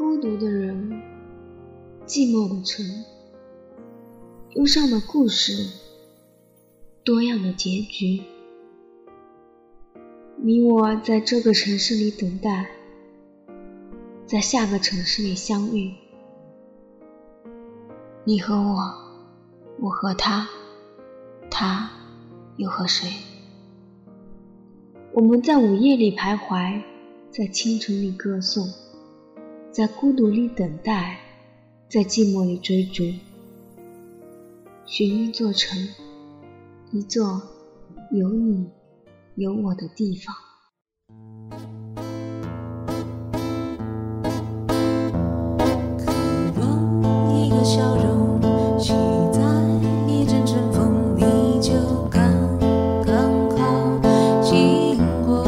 孤独的人，寂寞的城，忧伤的故事，多样的结局。你我在这个城市里等待，在下个城市里相遇。你和我，我和他，他又和谁？我们在午夜里徘徊，在清晨里歌颂，在孤独里等待，在寂寞里追逐，寻一座城，一座有你有我的地方。 渴望一个笑容，期待一阵阵风，你就刚刚好经过，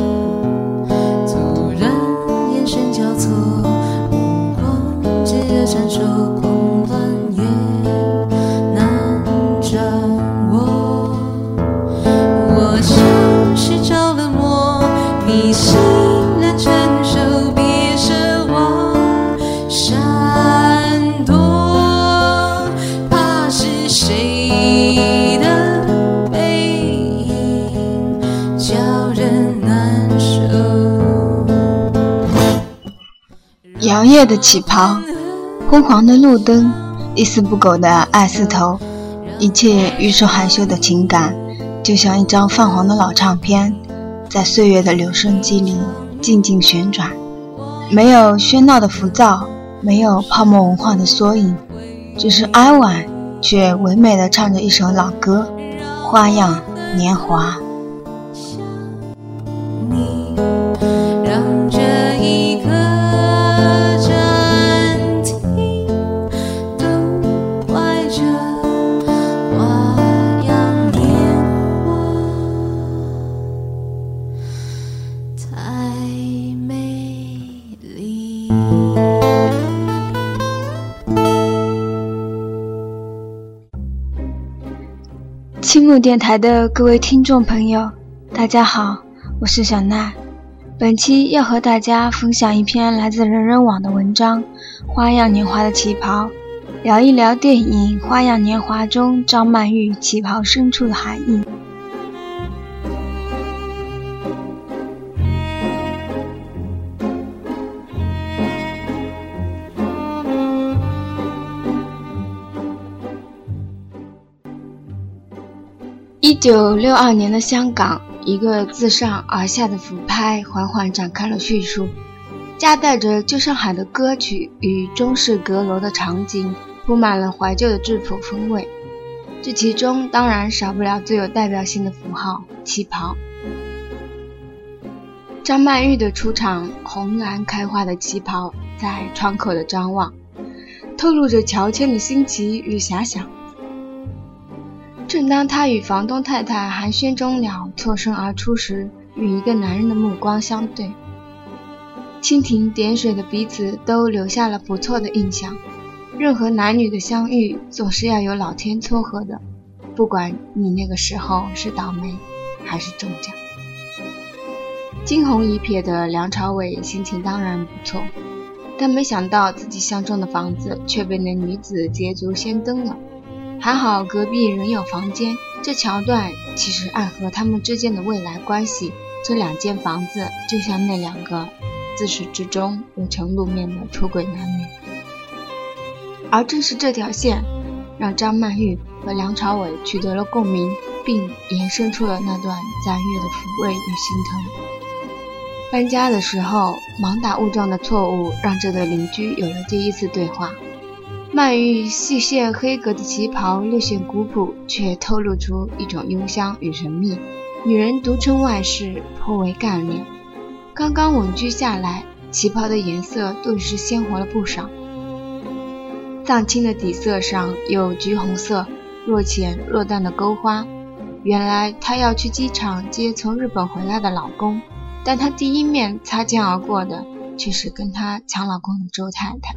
突然眼神交错，目光直着闪烁，狂乱也难掌握。我像是着了魔，你欣然承受，别奢望闪躲，怕是谁的背影叫人难受。 摇曳的旗袍，昏黄的路灯，一丝不苟的爱丝头，一切欲说还休的情感，就像一张泛黄的老唱片，在岁月的留声机里静静旋转。没有喧闹的浮躁，没有泡沫文化的缩影，只是哀婉却唯美地唱着一首老歌，花样年华。 你让这一刻暂停，都怪这花样年华太美丽。 青木电台的各位听众朋友，大家好，我是小奈。本期要和大家分享一篇来自人人网的文章《花样年华的旗袍》，聊一聊电影《花样年华》中张曼玉旗袍深处的含义。1962年的香港，一个自上而下的俯拍缓缓展开了叙述，夹带着旧上海的歌曲与中式阁楼的场景，铺满了怀旧的质朴风味。这其中当然少不了最有代表性的符号——旗袍。张曼玉的出场，红蓝开花的旗袍在窗口的张望，透露着乔迁的新奇与遐想。正当他与房东太太寒暄终了，错身而出时，与一个男人的目光相对，蜻蜓点水的彼此都留下了不错的印象。任何男女的相遇，总是要有老天撮合的，不管你那个时候是倒霉还是中奖。惊鸿一瞥的梁朝伟心情当然不错，但没想到自己相中的房子却被那女子捷足先登了。还好隔壁仍有房间，这桥段其实暗合他们之间的未来关系。这两间房子就像那两个自始至终未曾露面的出轨男女，而正是这条线让张曼玉和梁朝伟取得了共鸣，并延伸出了那段赞誉的抚慰与心疼。搬家的时候，盲打误撞的错误让这对邻居有了第一次对话。曼玉细线黑格的旗袍略显古朴，却透露出一种幽香与神秘。女人独撑外室，颇为干练。刚刚稳居下来，旗袍的颜色顿时鲜活了不少。藏青的底色上有橘红色，若浅若淡的勾花。原来她要去机场接从日本回来的老公，但她第一面擦肩而过的却是跟她抢老公的周太太。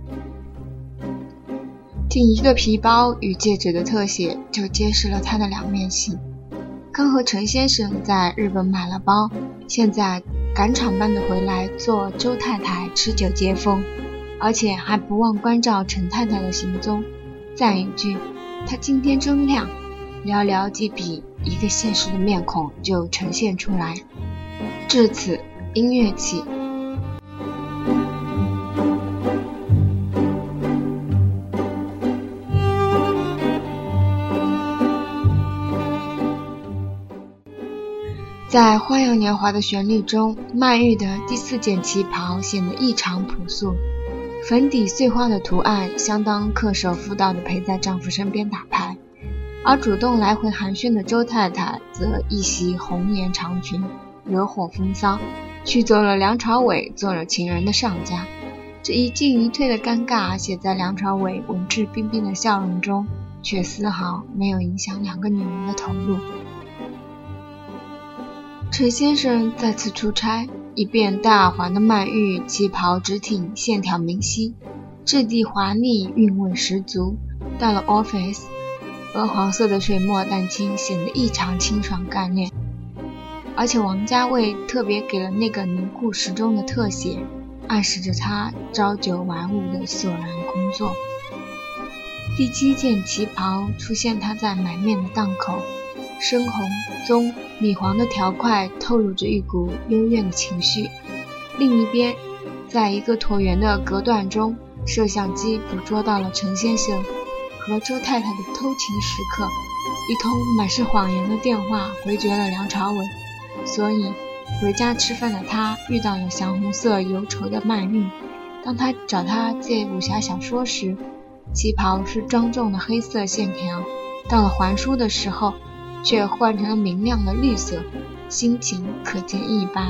仅一个皮包与戒指的特写就揭示了他的两面性。刚和陈先生在日本买了包，现在赶场般的回来做周太太吃酒接风， 而且还不忘关照陈太太的行踪，赞一句她今天真亮，寥寥几笔，一个现实的面孔就呈现出来。至此音乐起。在花样年华的旋律中，曼玉的第4件旗袍显得异常朴素，粉底碎花的图案相当恪守妇道地陪在丈夫身边打牌，而主动来回寒暄的周太太则一袭红颜长裙，惹火风骚，驱走了梁朝伟做了情人的上家。这一进一退的尴尬写在梁朝伟文质彬彬的笑容中，却丝毫没有影响两个女人的投入。陈先生再次出差，一变戴耳环的曼玉旗袍直挺，线条明晰，质地华丽，韵味十足。到了 office， 鹅黄色的水墨淡青显得异常清爽干练，而且王家卫特别给了那个凝固时钟的特写，暗示着他朝九晚五的索然工作。第7件旗袍出现他在买面的档口，深红、棕、米黄的条块透露着一股幽怨的情绪。另一边，在一个椭圆的隔断中，摄像机捕捉到了陈先生和周太太的偷情时刻。一通满是谎言的电话回绝了梁朝伟，所以回家吃饭的他遇到了祥红色忧愁的曼玉。当他找他借武侠小说时，旗袍是庄重的黑色线条，到了还书的时候却换成了明亮的绿色，心情可见一斑。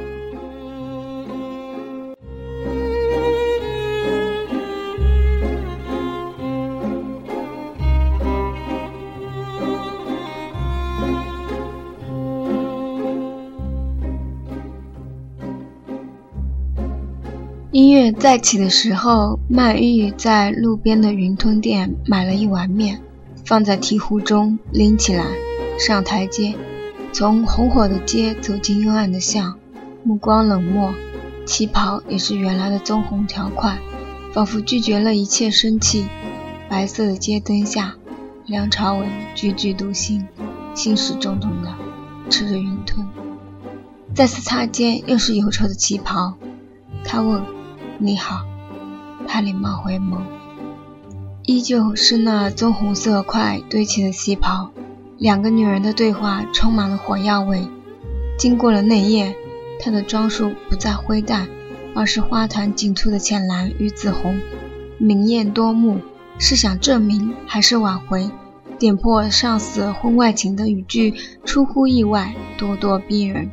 音乐再起的时候，曼玉在路边的云吞店买了一碗面，放在提壶中，拎起来上台阶，从红火的街走进幽暗的巷，目光冷漠，旗袍也是原来的棕红条块，仿佛拒绝了一切生气。白色的街灯下，梁朝伟踽踽独行，心事重重的吃着云吞。再次擦肩，又是忧愁的旗袍。他问：你好。他礼貌回眸，依旧是那棕红色块堆起的旗袍。两个女人的对话充满了火药味。经过了那夜，她的装束不再灰淡，而是花团锦簇的浅蓝与紫红，明艳多目。是想证明还是挽回？点破上司婚外情的语句出乎意外，咄咄逼人。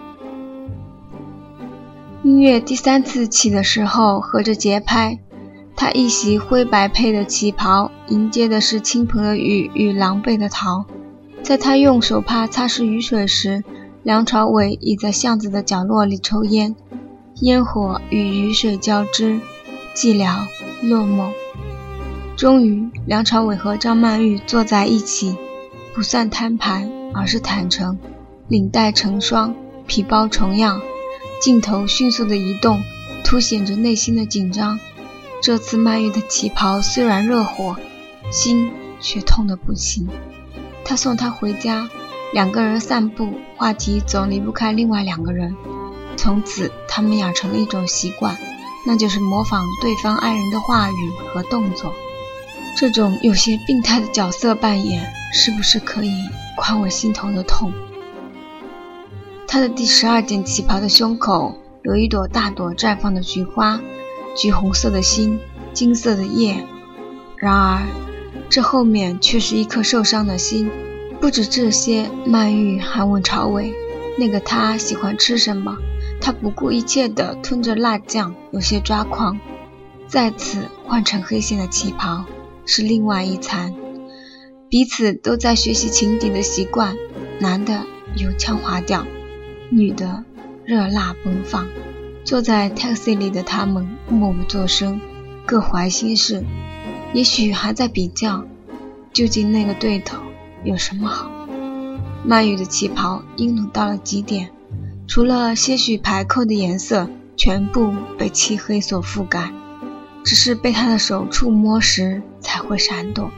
音乐第3次起的时候合着节拍，她一袭灰白配的旗袍迎接的是倾盆的雨与狼狈的逃。在她用手帕擦拭雨水时，梁朝伟已在巷子的角落里抽烟，烟火与雨水交织，寂寥落寞。终于，梁朝伟和张曼玉坐在一起，不算摊牌，而是坦诚。领带成双，皮包重样，镜头迅速的移动，凸显着内心的紧张。这次曼玉的旗袍虽然热火，心却痛得不行。他送她回家，2个人散步，话题总离不开另外2个人。从此他们养成了一种习惯，那就是模仿对方爱人的话语和动作。这种有些病态的角色扮演，是不是可以宽我心头的痛？她的第12件旗袍的胸口有一朵大朵绽放的菊花，橘红色的心，金色的叶。然而这后面却是一颗受伤的心。不止这些，曼玉还问朝伟，那个他喜欢吃什么？他不顾一切地吞着辣酱，有些抓狂。再次换成黑线的旗袍，是另外一餐。彼此都在学习情敌的习惯，男的油腔滑调，女的热辣奔放。坐在 taxi 里的他们默不作声，各怀心事，也许还在比较，究竟那个对头有什么好。曼玉的旗袍阴冷到了极点，除了些许排扣的颜色，全部被漆黑所覆盖。 只是被他的手触摸时才会闪躲。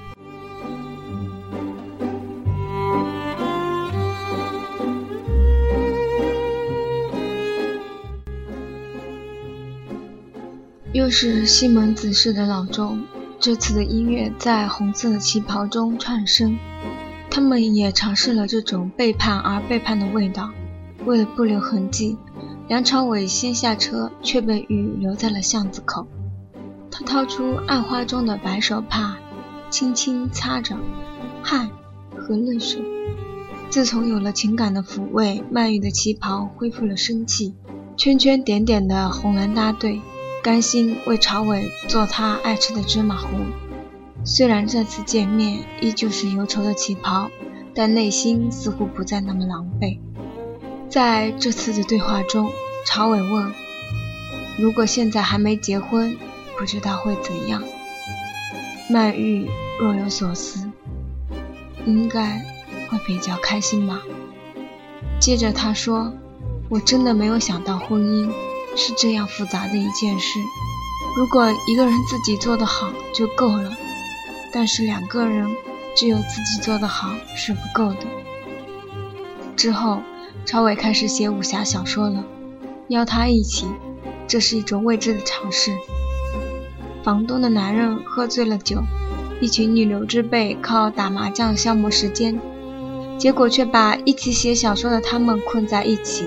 又是西门子式的老钟，这次的音乐在红色的旗袍中串声。他们也尝试了这种背叛而背叛的味道。为了不留痕迹，梁朝伟先下车，却被雨留在了巷子口。他掏出暗花中的白手帕，轻轻擦着汗和泪水。自从有了情感的抚慰，曼玉的旗袍恢复了生气，圈圈点点的红蓝搭对，甘心为朝伟做他爱吃的芝麻糊。虽然这次见面依旧是忧愁的旗袍，但内心似乎不再那么狼狈。在这次的对话中，朝伟问，如果现在还没结婚，不知道会怎样？曼玉若有所思，应该会比较开心吧。接着他说，我真的没有想到婚姻是这样复杂的一件事。如果一个人自己做得好就够了，但是两个人只有自己做得好是不够的。之后朝伟开始写武侠小说了，邀他一起，这是一种未知的尝试。房东的男人喝醉了酒，一群女流之辈靠打麻将消磨时间，结果却把一起写小说的他们困在一起。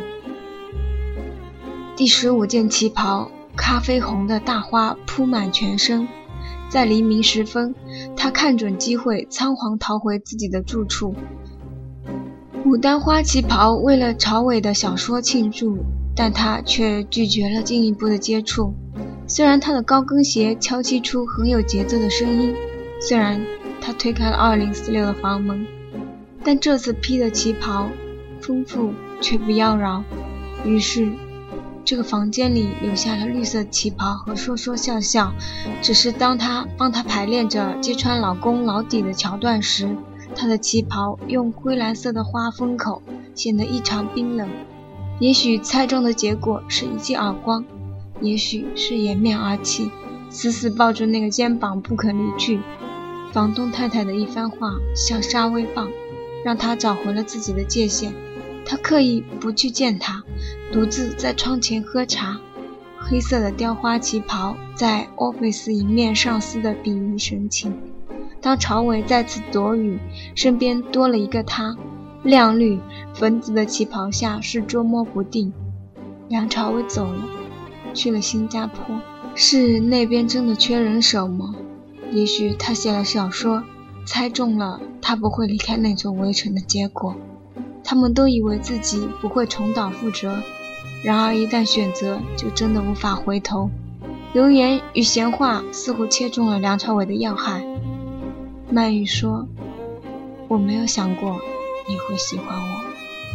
第15件旗袍，咖啡红的大花铺满全身。在黎明时分，他看准机会，仓皇逃回自己的住处。牡丹花旗袍为了朝伟的小说庆祝，但他却拒绝了进一步的接触。虽然他的高跟鞋敲击出很有节奏的声音，虽然他推开了2046的房门，但这次披的旗袍丰富却不妖娆。于是这个房间里留下了绿色旗袍和说说笑笑，只是当他帮他排练着揭穿老公老底的桥段时，他的旗袍用灰蓝色的花封口显得异常冰冷。也许猜中的结果是一记耳光，也许是掩面而泣，死死抱住那个肩膀不肯离去。房东太太的一番话像沙微棒，让他找回了自己的界限。他刻意不去见他，独自在窗前喝茶。黑色的雕花旗袍在 Office 迎面上司的鄙夷神情。当朝伟再次躲雨，身边多了一个他，亮绿粉紫的旗袍下是捉摸不定。梁朝伟走了，去了新加坡。是那边真的缺人手吗？也许他写了小说，猜中了他不会离开那座围城的结果。他们都以为自己不会重蹈覆辙，然而一旦选择，就真的无法回头。流言与闲话似乎切中了梁朝伟的要害。曼玉说，我没有想过你会喜欢我。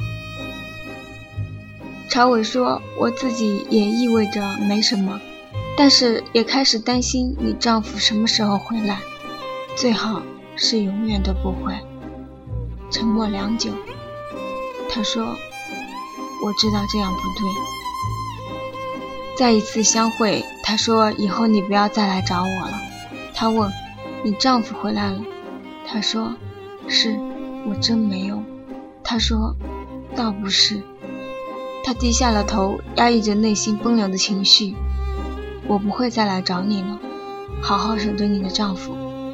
朝伟说，我自己也意味着没什么，但是也开始担心你丈夫什么时候回来，最好是永远都不会。沉默良久，他说，我知道这样不对。再一次相会，他说，以后你不要再来找我了。他问，你丈夫回来了？他说，是，我真没有。他说，倒不是。他低下了头，压抑着内心奔流的情绪。我不会再来找你了，好好守着你的丈夫。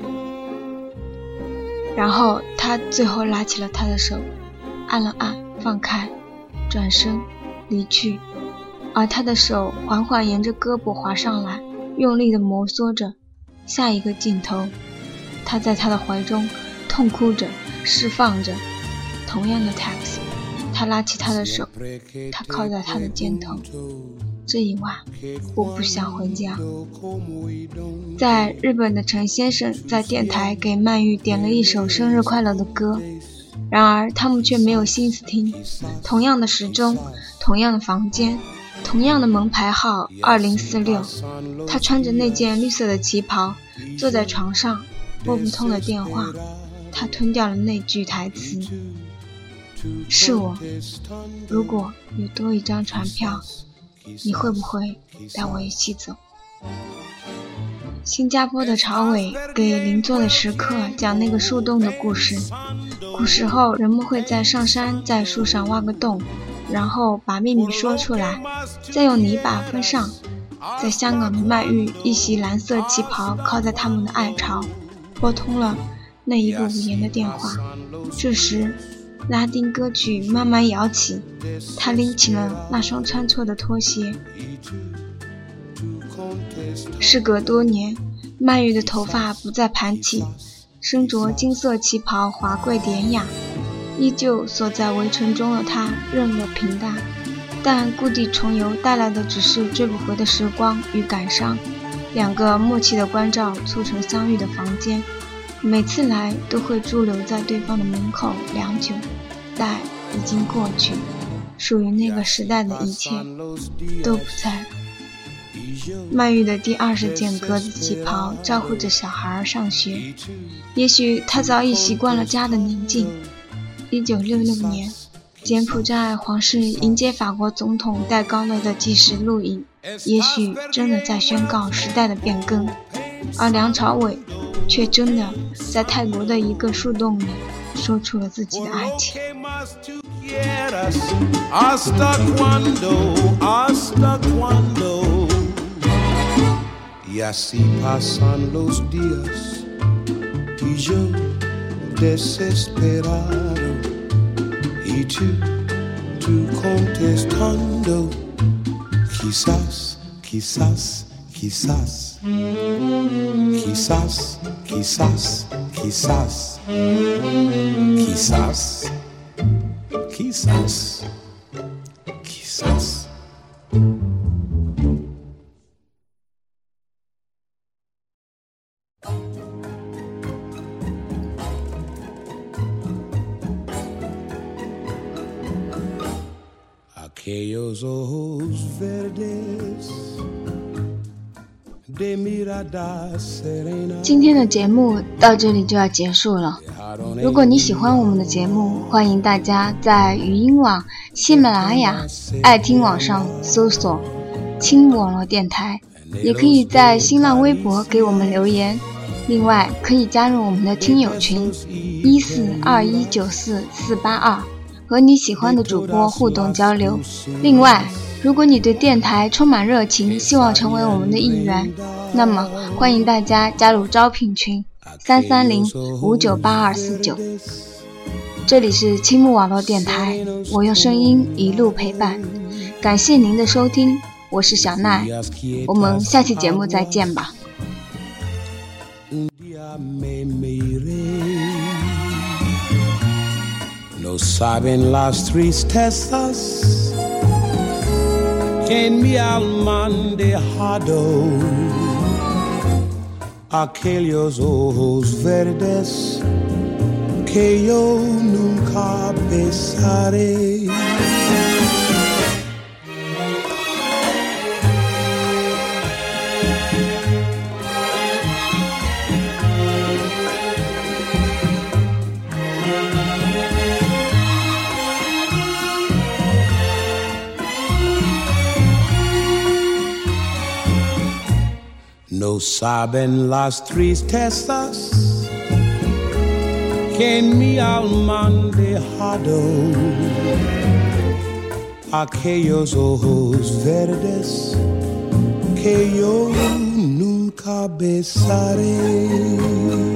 然后他最后拉起了他的手，按了按，放开，转身离去。而他的手缓缓沿着胳膊滑上来，用力地摩挲着。下一个镜头，他在他的怀中痛哭着，释放着。同样的 taxi， 他拉起他的手，他靠在他的肩头。这一晚我不想回家。在日本的陈先生在电台给曼玉点了一首生日快乐的歌，然而他们却没有心思听。同样的时钟，同样的房间，同样的门牌号2046。他穿着那件绿色的旗袍，坐在床上，拨不通的电话。他吞掉了那句台词，是我，如果有多一张船票，你会不会带我一起走？ 新加坡的朝伟给邻座的食客讲那个树洞的故事。古时候人们会在上山在树上挖个洞，然后把秘密说出来，再用泥巴封上。在香港的曼玉一袭蓝色旗袍靠在他们的爱巢，拨通了那一个无言的电话。这时拉丁歌曲慢慢摇起，他拎起了那双穿错的拖鞋。事隔多年，曼玉的头发不再盘起，身着金色旗袍华贵典雅，依旧锁在围城中的她认了平淡，但故地重游带来的只是追不回的时光与感伤。两个默契的关照促成相遇的房间，每次来都会驻留在对方的门口良久，但已经过去，属于那个时代的一切都不在了。曼玉的第20件格子旗袍招呼着小孩上学，也许她早已习惯了家的宁静。1966年，柬埔寨皇室迎接法国总统戴高乐的纪实录影，也许真的在宣告时代的变更，而梁朝伟却真的在泰国的一个树洞里说出了自己的爱情。 Y así pasan los días y yo desesperado y tú contestando quizás, quizás, quizás, quizás, quizás, quizás, quizás, quizás, quizás. Aquellos ojos verdes de mirada serena。 今天的节目到这里就要结束了。如果你喜欢我们的节目，欢迎大家在语音网、喜马拉雅、爱听网上搜索轻网络电台，也可以在新浪微博给我们留言。另外可以加入我们的听友群142194482，和你喜欢的主播互动交流。另外，如果你对电台充满热情，希望成为我们的一员，那么欢迎大家加入招聘群330598249。这里是青木网络电台，我用声音一路陪伴，感谢您的收听，我是小奈，我们下期节目再见吧。 No saben las tristezas que en mi alma han dejado aquellos ojos verdes que yo nunca besaré. No saben las tristezas que en mi alma han dejado aquellos ojos verdes que yo nunca besaré.